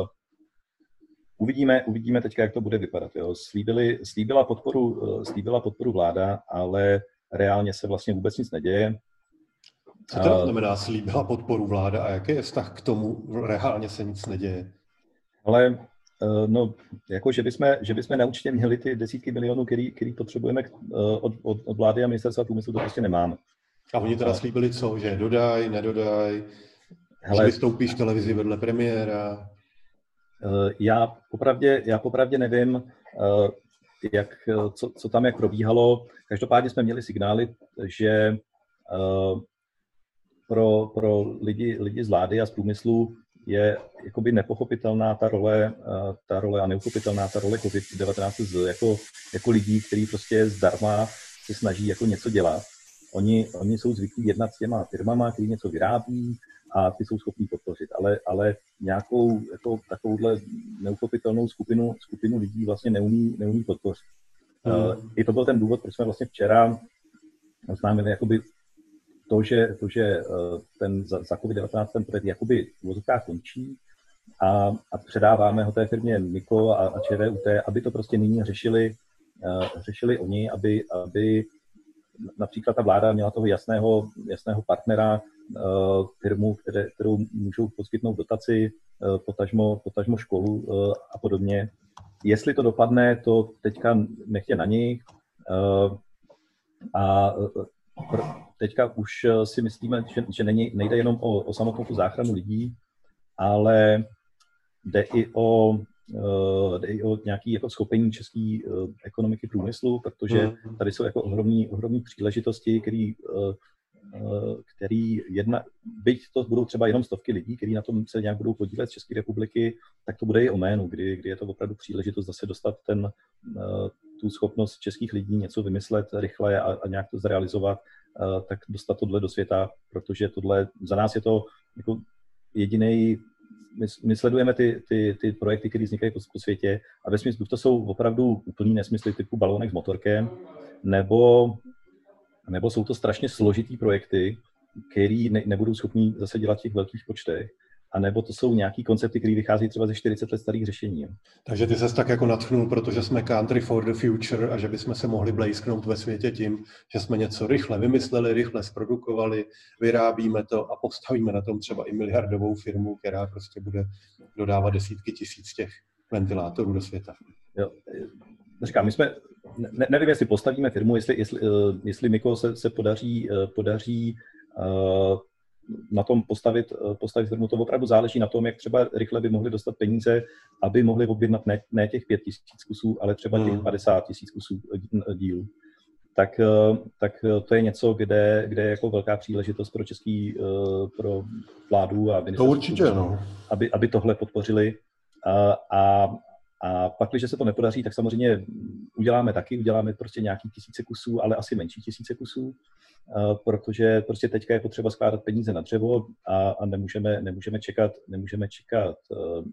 uvidíme teďka, jak to bude vypadat. Jo. Slíbila podporu vláda, ale reálně se vlastně vůbec nic neděje. Co to znamená slíbila podporu vláda a jaký je vztah k tomu, reálně se nic neděje? Ale jako, že bychom na účtě měli ty desítky milionů, který potřebujeme od vlády a ministerstva průmyslu, to prostě nemáme. A oni teda slíbili co? Že dodaj, nedodaj, že vystoupíš v televizi vedle premiéra? Já popravdě nevím, co tam jak probíhalo. Každopádně jsme měli signály, že pro lidi z vlády a z průmyslu je jakoby nepochopitelná ta role a neuchopitelná ta role COVID-19 jako lidí, kteří prostě zdarma se snaží jako něco dělat. Oni jsou zvyklí jednat s těma firmama, kteří něco vyrábí a ty jsou schopní podpořit, ale nějakou jako takovouhle neuchopitelnou skupinu lidí vlastně neumí podpořit. I to byl ten důvod, proč jsme vlastně včera oznámili jakoby to, že ten za COVID-19 ten projekt jakoby v vozovkách končí a předáváme ho té firmě Miko a ČVUT, aby to prostě nyní řešili oni, aby například ta vláda měla toho jasného partnera, firmu, kterou můžou poskytnout dotaci, potažmo školu a podobně. Jestli to dopadne, to teďka nechtě na nich. A teďka už si myslíme, že nejde jenom o samotnou tu záchranu lidí, ale jde i o nějaké jako schopení české ekonomiky průmyslu, protože tady jsou jako ohromné příležitosti, byť to budou třeba jenom stovky lidí, kteří na tom se nějak budou podílet z České republiky, tak to bude i o jménu, kdy je to opravdu příležitost zase dostat tu schopnost českých lidí něco vymyslet rychle a nějak to zrealizovat, tak dostat tohle do světa, protože tohle za nás je to jako jedinej. My sledujeme ty projekty, které vznikají po světě a ve smyslu, to jsou opravdu úplný nesmysly typu balónek s motorkem, nebo jsou to strašně složitý projekty, které nebudou schopní zase dělat v těch velkých počtech, a nebo to jsou nějaký koncepty, které vychází třeba ze 40 let starých řešení. Takže ty ses tak jako nadchnul, protože jsme country for the future a že bychom se mohli blejsknout ve světě tím, že jsme něco rychle vymysleli, rychle zprodukovali, vyrábíme to a postavíme na tom třeba i miliardovou firmu, která prostě bude dodávat desítky tisíc těch ventilátorů do světa. Jo. Říkám, my jsme, nevím, jestli postavíme firmu, jestli Miko se podaří na tom postavit firmu, to opravdu záleží na tom, jak třeba rychle by mohli dostat peníze, aby mohli objednat ne těch 5 000 kusů, ale třeba těch 50 000 kusů dílů. Tak to je něco, kde je jako velká příležitost pro vládu a to určitě, no. aby tohle podpořili. A pak, když se to nepodaří, tak samozřejmě uděláme prostě nějaký tisíce kusů, ale asi menší tisíce kusů, protože prostě teďka je potřeba skládat peníze na dřevo a nemůžeme čekat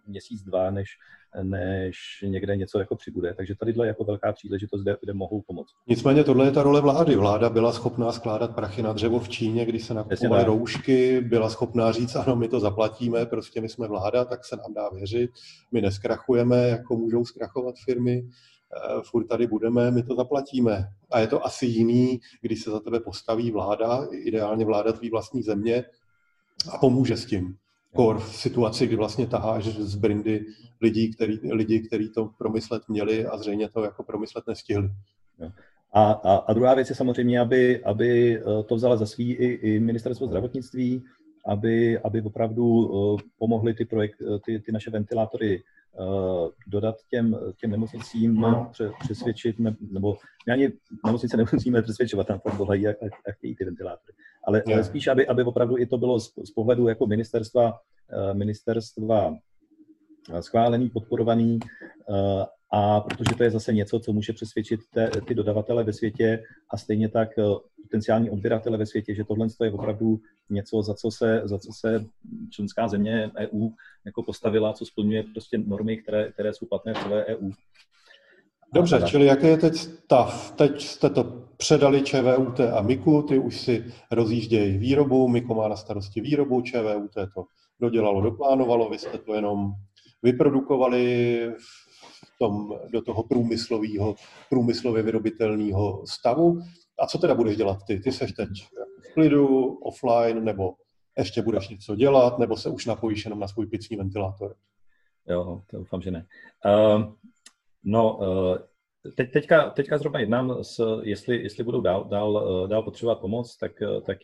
měsíc, dva, než někde něco jako přibude. Takže tadyhle jako velká příležitost, kde mohou pomoct. Nicméně tohle je ta role vlády. Vláda byla schopná skládat prachy na dřevo v Číně, když se nakupovaly roušky, byla schopná říct, ano, my to zaplatíme, prostě my jsme vláda, tak se nám dá věřit, my neskrachujeme, jako můžou zkrachovat firmy, furt tady budeme, my to zaplatíme. A je to asi jiný, když se za tebe postaví vláda, ideálně vláda tvý vlastní země a pomůže s tím. Kor v situaci, kdy vlastně taháš z brindy lidi, kteří to promyslet měli a zřejmě to jako promyslet nestihli. A druhá věc je samozřejmě, aby to vzala za svý i ministerstvo zdravotnictví, aby opravdu pomohly ty naše ventilátory dodat těm nemocnicím, přesvědčit, nebo my ani nemocnice nemusíme přesvědčovat, tam volají a chtějí ty ventilátory. Ale spíš, aby opravdu i to bylo z pohledu jako ministerstva schválený, podporovaný, a protože to je zase něco, co může přesvědčit ty dodavatele ve světě a stejně tak potenciální odběratele ve světě, že tohle je opravdu něco, za co se členská země EU jako postavila, co splňuje prostě normy, které jsou platné v celé EU. Dobře, čili jaký je teď stav? Teď jste to předali ČVUT a MIKu, ty už si rozjíždějí výrobu, MIKO má na starosti výrobu, ČVUT to dodělalo, doplánovalo, vy jste to jenom vyprodukovali do toho průmyslově vyrobitelného stavu. A co teda budeš dělat ty? Ty seš teď v klidu, offline, nebo ještě budeš něco dělat, nebo se už napojíš jenom na svůj plicní ventilátor? Jo, to doufám, že ne. Teďka zrovna jednám, jestli budou dál potřebovat pomoc, tak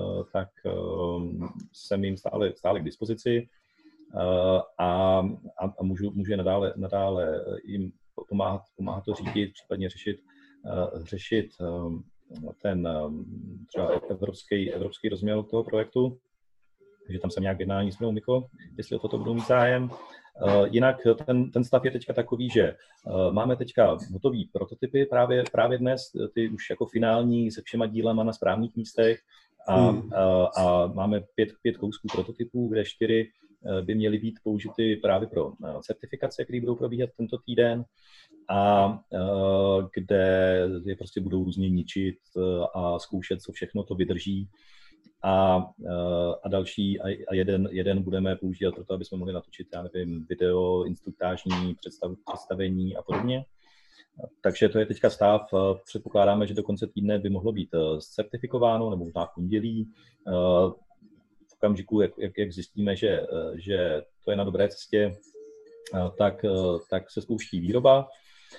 jsem jim stále k dispozici a můžu je nadále jim pomáhat to řídit, případně řešit ten třeba evropský rozměr toho projektu. Takže tam jsem nějak v jednání s MIKO, jestli o toto budou mít zájem. Jinak ten stav je teďka takový, že máme teďka hotový prototypy právě dnes, ty už jako finální se všema dílama na správných místech a máme 5 kousků prototypů, kde 4 by měly být použity právě pro certifikace, které budou probíhat tento týden a kde je prostě budou různě ničit a zkoušet, co všechno to vydrží. A další a jeden budeme používat pro to, aby jsme mohli natočit, já nevím, video, instruktážní představení a podobně. Takže to je teďka stav. Předpokládáme, že do konce týdne by mohlo být certifikováno, nebo možná v pondělí. V okamžiku, jak zjistíme, že to je na dobré cestě, tak se spouští výroba.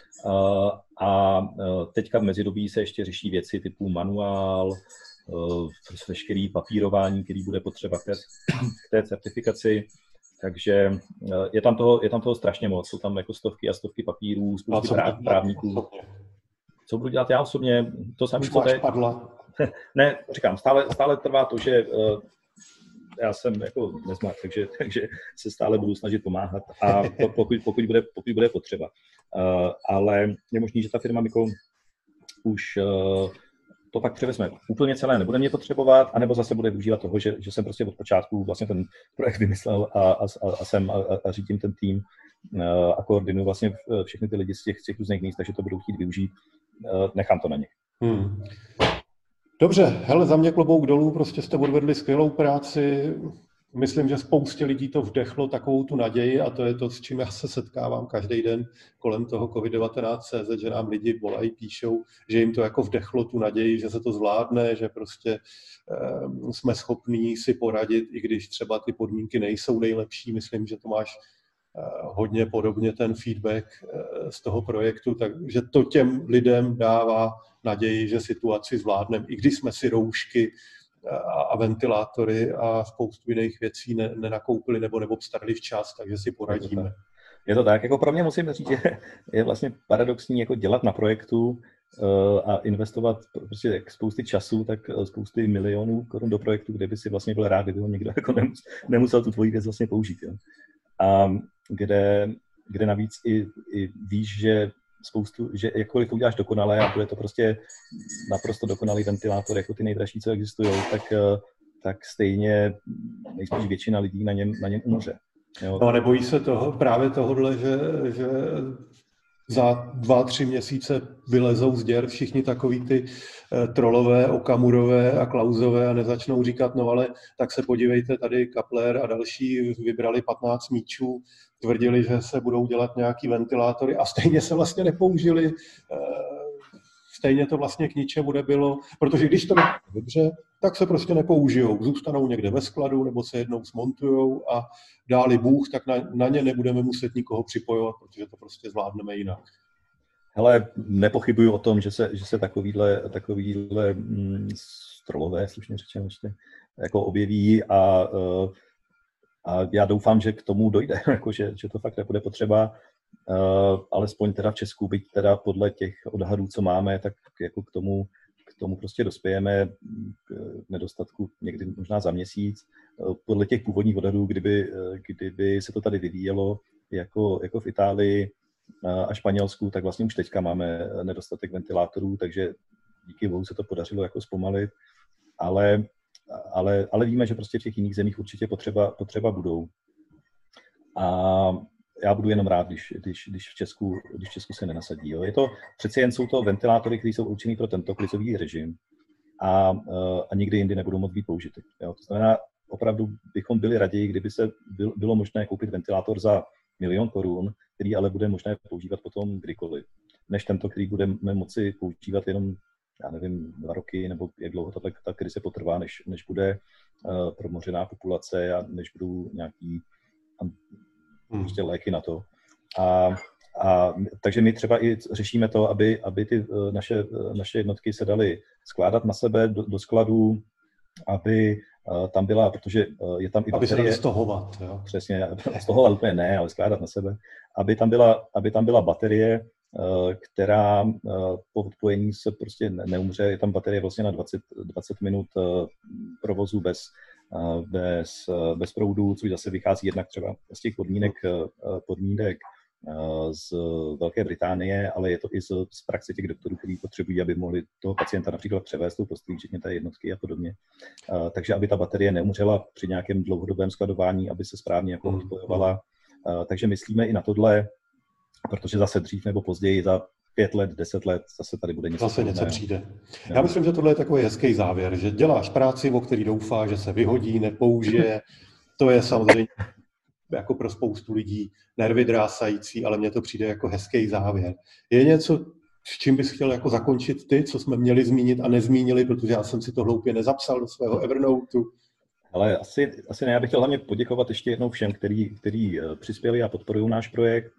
A teďka v mezidobí se ještě řeší věci typu manuál, veškerý papírování, který bude potřeba k té certifikaci. Takže je tam toho strašně moc. Jsou tam jako stovky a stovky papírů, spousty právníků. Co budu dělat já osobně? To samé, co teď. Ne, říkám, stále trvá to, že já jsem jako nezmar, takže se stále budu snažit pomáhat, a pokud bude potřeba. Ale je možný, že ta firma MIKO už to pak převezme úplně celé, nebude mě potřebovat, anebo zase bude využívat toho, že jsem prostě od počátku vlastně ten projekt vymyslel a řídím ten tým a koordinuji vlastně všechny ty lidi z těch různých míst, takže to budou chtít využít. Nechám to na nich. Dobře, hele, za mě klobouk dolů, prostě jste odvedli skvělou práci. Myslím, že spoustě lidí to vdechlo takovou tu naději, a to je to, s čím já se setkávám každý den kolem toho COVID-19, že nám lidi volají, píšou, že jim to jako vdechlo tu naději, že se to zvládne, že prostě jsme schopní si poradit, i když třeba ty podmínky nejsou nejlepší. Myslím, že to máš hodně podobně ten feedback z toho projektu, takže to těm lidem dává naději, že situaci zvládneme, i když jsme si roušky a ventilátory a spoustu jiných věcí nenakoupili nebo neobstarali včas, takže si poradíme. Je to tak, jako pro mě musím říct, že je vlastně paradoxní jako dělat na projektu a investovat prostě spousty času, tak spousty milionů korun do projektu, kde by si vlastně byl rád, kdyby ho někdo jako nemusel tu tvoji věc vlastně použít. Jo. A kde navíc i víš, že že jakkoliv to uděláš dokonale a bude to prostě naprosto dokonalý ventilátor, jako ty nejdražší, co existují, tak stejně nejspíš většina lidí na něm umře. Jo. No a nebojí se toho, právě tohohle, že za 2-3 měsíce vylezou z děr všichni takový ty trolové, Okamurové a Klausové a nezačnou říkat, no ale tak se podívejte, tady Kapler a další vybrali 15 míčů, tvrdili, že se budou dělat nějaký ventilátory a stejně se vlastně nepoužili. Stejně to vlastně k ničemu nebylo, protože když to nebude dobře, tak se prostě nepoužijou. Zůstanou někde ve skladu nebo se jednou smontujou a dáli Bůh, tak na ně nebudeme muset nikoho připojovat, protože to prostě zvládneme jinak. Hele, nepochybuju o tom, že se takovýhle trolové, slušně řečeno ještě, jako objeví a já doufám, že k tomu dojde, jako že to fakt nebude potřeba, alespoň teda v Česku, byť teda podle těch odhadů, co máme, tak jako k tomu prostě dospějeme k nedostatku někdy možná za měsíc. Podle těch původních odhadů, kdyby se to tady vyvíjelo jako v Itálii a Španělsku, tak vlastně už teďka máme nedostatek ventilátorů, takže díky bohu se to podařilo jako zpomalit, ale víme, že prostě v těch jiných zemích určitě potřeba budou. A já budu jenom rád, když v Česku se nenasadí. Jo. Přeci jen jsou to ventilátory, které jsou určený pro tento krizový režim a nikdy jindy nebudou moct být použity. Jo. To znamená, opravdu bychom byli raději, kdyby se bylo možné koupit ventilátor za 1 000 000 korun, který ale bude možné používat potom kdykoliv, než tento, který budeme moci používat jenom, já nevím, 2 roky, nebo jak dlouho ta krize potrvá, než bude promořená populace a než budou nějaký prostě léky na to. Takže my třeba i řešíme to, aby ty naše jednotky se daly skládat na sebe do skladů, aby tam byla, protože je tam i aby baterie. Aby se stahovat, jo? Přesně, stahovat úplně ne, ale skládat na sebe. Aby tam byla baterie, která po odpojení se prostě neumře. Je tam baterie vlastně na 20 minut provozu bez proudu, což zase vychází jednak třeba z těch podmínek z Velké Británie, ale je to i z praxe těch doktorů, kteří potřebují, aby mohli toho pacienta například převést tou postelí, včetně té jednotky a podobně. Takže aby ta baterie neumřela při nějakém dlouhodobém skladování, aby se správně jako odpojovala. Takže myslíme i na tohle, protože zase dřív nebo později za 5 let, 10 let zase tady bude něco přijde. Já myslím, že tohle je takový hezký závěr, že děláš práci, o který doufá, že se vyhodí, nepoužije. To je samozřejmě jako pro spoustu lidí nervy drásající, ale mně to přijde jako hezký závěr. Je něco, s čím bys chtěl jako zakončit ty, co jsme měli zmínit a nezmínili, protože já jsem si to hloupě nezapsal do svého Evernoteu. Ale asi ne, já bych chtěl hlavně poděkovat ještě jednou všem, kteří přispěli a podporují náš projekt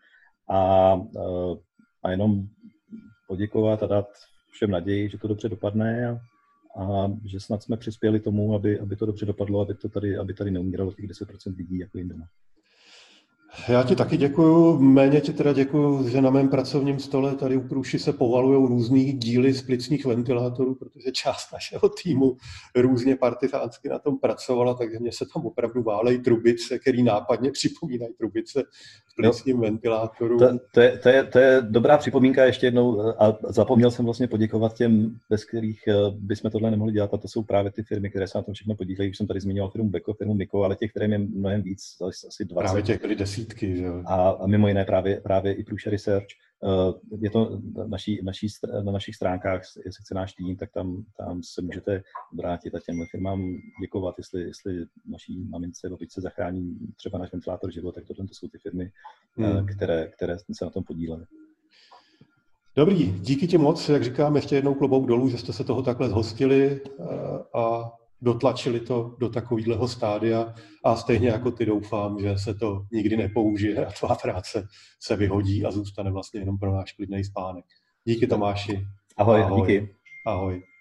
a jenom poděkovat a dát všem naději, že to dobře dopadne a že snad jsme přispěli tomu, aby to dobře dopadlo, aby tady neumíralo těch 10% lidí jako jinde. Já ti taky děkuju, méně ti teda děkuju, že na mém pracovním stole tady u Průši se povalujou různý díly z plicních ventilátorů, protože část našeho týmu různě partizánsky na tom pracovala, takže mě se tam opravdu válejí trubice, které nápadně připomínají trubice v plicním ventilátoru. To je dobrá připomínka ještě jednou a zapomněl jsem vlastně poděkovat těm, bez kterých bychom tohle nemohli dělat, a to jsou právě ty firmy, které se na tom všechno podílejí. Už jsem tady zmiňoval firmu Beko, firmu Miko, ale těch firm je mnohem víc, asi 20. Právě těch byly desítky, že jo. A mimo jiné právě i Prusha Research. Je to na našich stránkách, jestli chce náš tým, tak tam se můžete obrátit a těmhle firmám děkovat, jestli naší mamince se zachrání třeba náš ventilátor život, tak tohle jsou ty firmy, které se na tom podílely. Dobrý, díky ti moc, jak říkám, ještě jednou klobouk dolů, že jste se toho takhle zhostili a dotlačili to do takového stádia a stejně jako ty doufám, že se to nikdy nepoužije a tvá práce se vyhodí a zůstane vlastně jenom pro náš klidný spánek. Díky Tomáši. Ahoj. Díky. Ahoj.